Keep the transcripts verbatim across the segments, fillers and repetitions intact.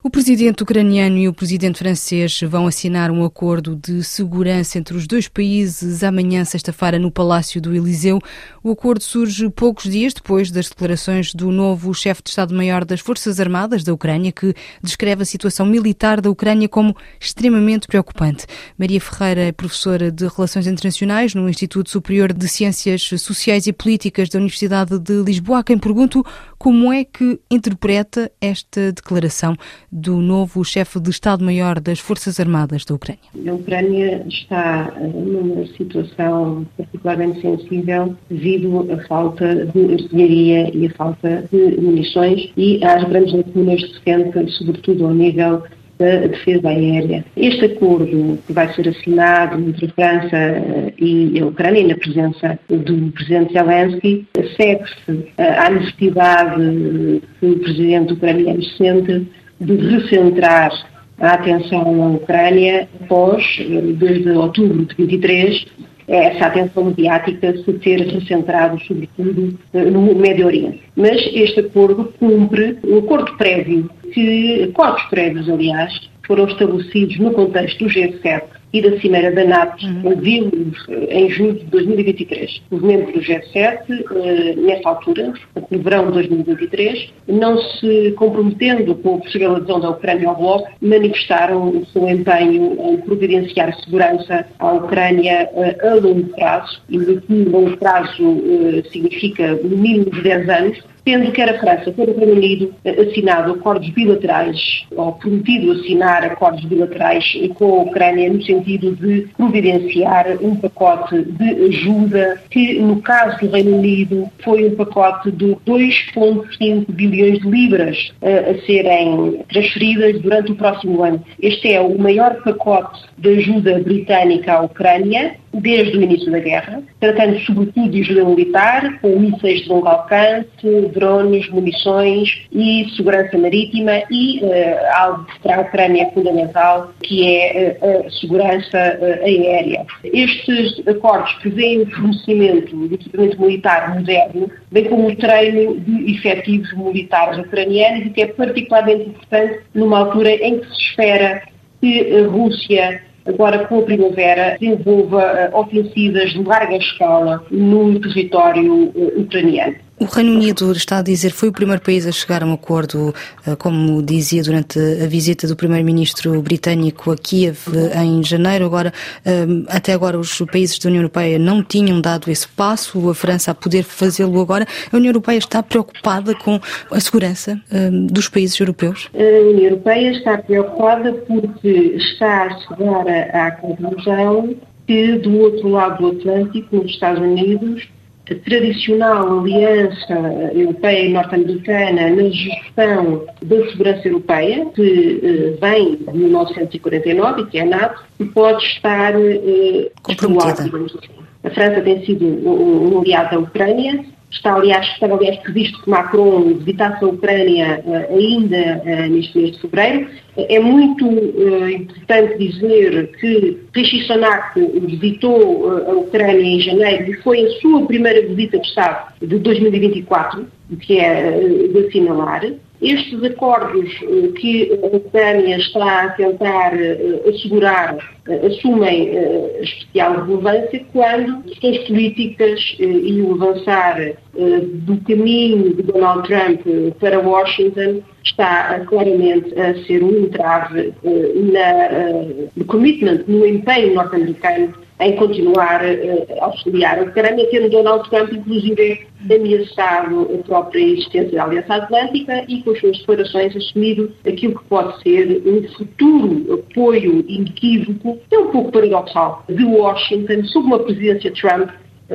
O presidente ucraniano e o presidente francês vão assinar um acordo de segurança entre os dois países amanhã, sexta-feira, no Palácio do Eliseu. O acordo surge poucos dias depois das declarações do novo chefe de Estado-Maior das Forças Armadas da Ucrânia, que descreve a situação militar da Ucrânia como extremamente preocupante. Maria Ferreira é professora de Relações Internacionais no Instituto Superior de Ciências Sociais e Políticas da Universidade de Lisboa. A quem pergunto como é que interpreta esta declaração do novo chefe de Estado-Maior das Forças Armadas da Ucrânia. A Ucrânia está numa situação particularmente sensível devido à falta de artilharia e à falta de munições e às grandes lacunas que se sente, sobretudo ao nível da defesa aérea. Este acordo que vai ser assinado entre a França e a Ucrânia, na presença do presidente Zelensky, segue-se à necessidade que o presidente ucraniano sente de recentrar a atenção na Ucrânia após, desde outubro de vinte e três, essa atenção mediática se ter recentrado, sobretudo, no Médio Oriente. Mas este acordo cumpre um acordo prévio, que, acordos prévios, aliás, foram estabelecidos no contexto do G sete e da Cimeira da NATO, em Vilnius, em julho de dois mil e vinte e três. Os membros do G sete, nessa altura, no verão de dois mil e vinte e três, não se comprometendo com a possível adesão da Ucrânia ao bloco, manifestaram o seu empenho em providenciar segurança à Ucrânia a longo prazo, e aqui longo prazo significa no mínimo de dez anos, tendo quer a França, quer o Reino Unido assinado acordos bilaterais, ou prometido assinar acordos bilaterais com a Ucrânia no sentido de providenciar um pacote de ajuda que, no caso do Reino Unido, foi um pacote de dois vírgula cinco bilhões de libras a, a serem transferidas durante o próximo ano. Este é o maior pacote de ajuda britânica à Ucrânia desde o início da guerra, tratando sobretudo de ajuda militar, com mísseis de longo alcance, drones, munições e segurança marítima e uh, algo que para a Ucrânia é fundamental, que é uh, a segurança uh, aérea. Estes acordos prevêem o fornecimento de equipamento militar moderno, bem como o treino de efetivos militares ucranianos, o que é particularmente importante numa altura em que se espera que a Rússia, agora com a primavera, desenvolva uh, ofensivas de larga escala no território uh, ucraniano. O Reino Unido, está a dizer, foi o primeiro país a chegar a um acordo, como dizia durante a visita do primeiro-ministro britânico a Kiev em janeiro. Agora, até agora os países da União Europeia não tinham dado esse passo, a França a poder fazê-lo agora. A União Europeia está preocupada com a segurança dos países europeus? A União Europeia está preocupada porque está a chegar à conclusão que do outro lado do Atlântico, nos Estados Unidos, a tradicional aliança europeia e norte-americana na gestão da segurança europeia, que uh, vem de mil novecentos e quarenta e nove, que é a NATO, e pode estar uh, comprometida. Digamos assim. A França tem sido um, um aliado da Ucrânia. Está, aliás, está, aliás, previsto que Macron visitasse a Ucrânia uh, ainda uh, neste mês de fevereiro. É muito uh, importante dizer que Rishi Sunak visitou uh, a Ucrânia em janeiro e foi a sua primeira visita de Estado de dois mil e vinte e quatro, o que é uh, de assinalar. Estes acordos uh, que a Ucrânia está a tentar uh, assegurar uh, assumem uh, especial relevância quando questões políticas uh, e o avançar uh, do caminho de Donald Trump uh, para Washington está uh, claramente a ser um entrave uh, na, uh, no commitment, no empenho norte-americano em continuar uh, a auxiliar a Ucrânia, tendo Donald Trump, inclusive, ameaçado a própria existência da Aliança Atlântica e, com as suas declarações, assumido aquilo que pode ser um futuro apoio inequívoco, é um pouco paradoxal, de Washington, sob uma presidência Trump,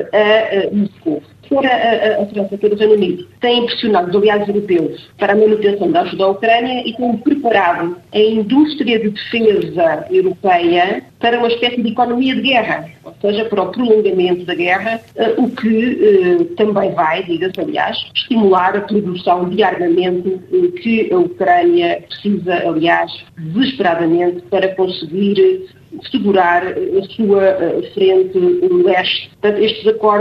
a, a Moscou. Fora a, a França e o Reino Unido têm pressionado os aliados europeus para a manutenção da ajuda à Ucrânia e têm preparado a indústria de defesa europeia para uma espécie de economia de guerra, ou seja, para o prolongamento da guerra, o que também vai, diga-se aliás, estimular a produção de armamento que a Ucrânia precisa, aliás, desesperadamente para conseguir segurar a sua frente leste. Portanto, estes acordos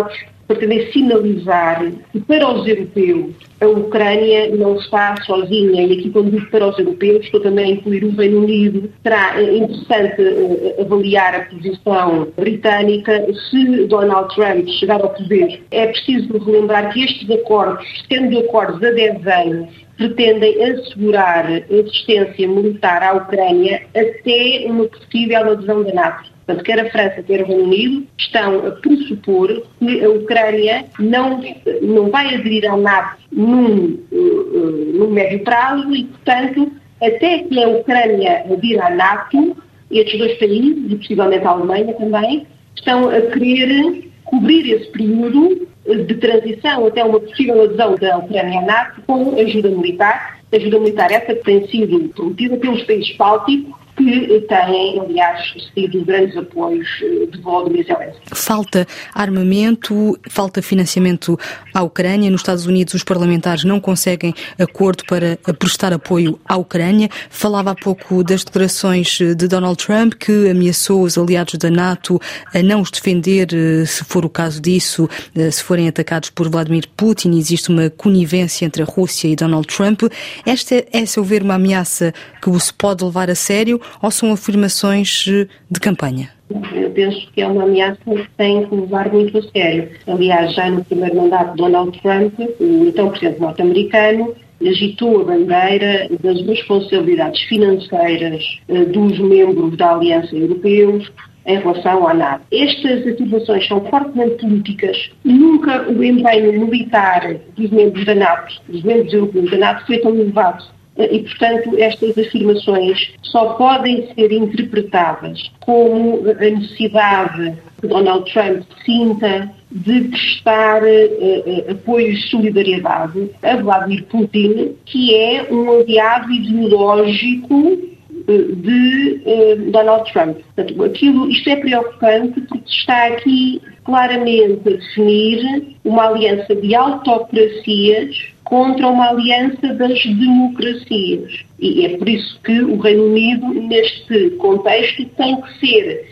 pretendem sinalizar que para os europeus a Ucrânia não está sozinha, e aqui quando digo para os europeus estou também a incluir o Reino Unido. Será interessante uh, avaliar a posição britânica se Donald Trump chegar ao poder. É preciso relembrar que estes acordos, sendo acordos a dez anos, pretendem assegurar a assistência militar à Ucrânia até uma possível adesão da NATO. Portanto, quer a França, quer o Reino Unido estão a pressupor que a Ucrânia não, não vai aderir ao NATO num, uh, num médio prazo e, portanto, até que a Ucrânia adira à NATO, estes dois países, e possivelmente a Alemanha também, estão a querer cobrir esse período de transição até uma possível adesão da Ucrânia à NATO com ajuda militar. A ajuda militar essa que tem sido prometida pelos países bálticos, que têm, aliás, sido grandes apoios de Volodymyr Zelensky. Falta armamento, falta financiamento à Ucrânia. Nos Estados Unidos, os parlamentares não conseguem acordo para prestar apoio à Ucrânia. Falava há pouco das declarações de Donald Trump, que ameaçou os aliados da NATO a não os defender, se for o caso disso, se forem atacados por Vladimir Putin. Existe uma conivência entre a Rússia e Donald Trump. Esta é, a seu ver, uma ameaça que se pode levar a sério, ou são afirmações de campanha? Eu penso que é uma ameaça que tem que levar muito a sério. Aliás, já no primeiro mandato de Donald Trump, o então presidente norte-americano agitou a bandeira das responsabilidades financeiras dos membros da Aliança Europeus em relação à NATO. Estas afirmações são fortemente políticas. Nunca o empenho militar dos membros da NATO, dos membros europeus da NATO, foi tão elevado. E, portanto, estas afirmações só podem ser interpretadas como a necessidade que Donald Trump sinta de prestar uh, apoio e solidariedade a Vladimir Putin, que é um aliado ideológico uh, de uh, Donald Trump. Portanto, aquilo, isto é preocupante porque está aqui claramente a definir uma aliança de autocracias contra uma aliança das democracias. E é por isso que o Reino Unido, neste contexto, tem que ser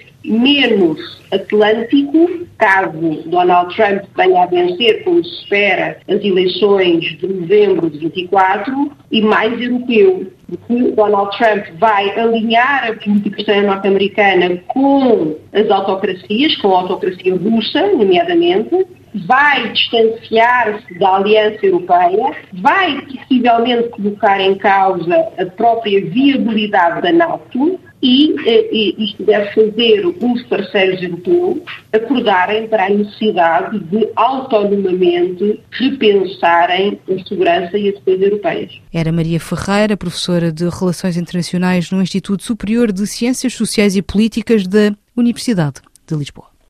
menos atlântico, caso Donald Trump venha a vencer, como se espera, as eleições de novembro de vinte e quatro, e mais europeu, porque Donald Trump vai alinhar a política externa norte-americana com as autocracias, com a autocracia russa, nomeadamente, vai distanciar-se da Aliança Europeia, vai possivelmente colocar em causa a própria viabilidade da NATO e, e isto deve fazer os parceiros europeus acordarem para a necessidade de autonomamente repensarem a segurança e as defesa europeias. Era Maria Ferreira, professora de Relações Internacionais no Instituto Superior de Ciências Sociais e Políticas da Universidade de Lisboa.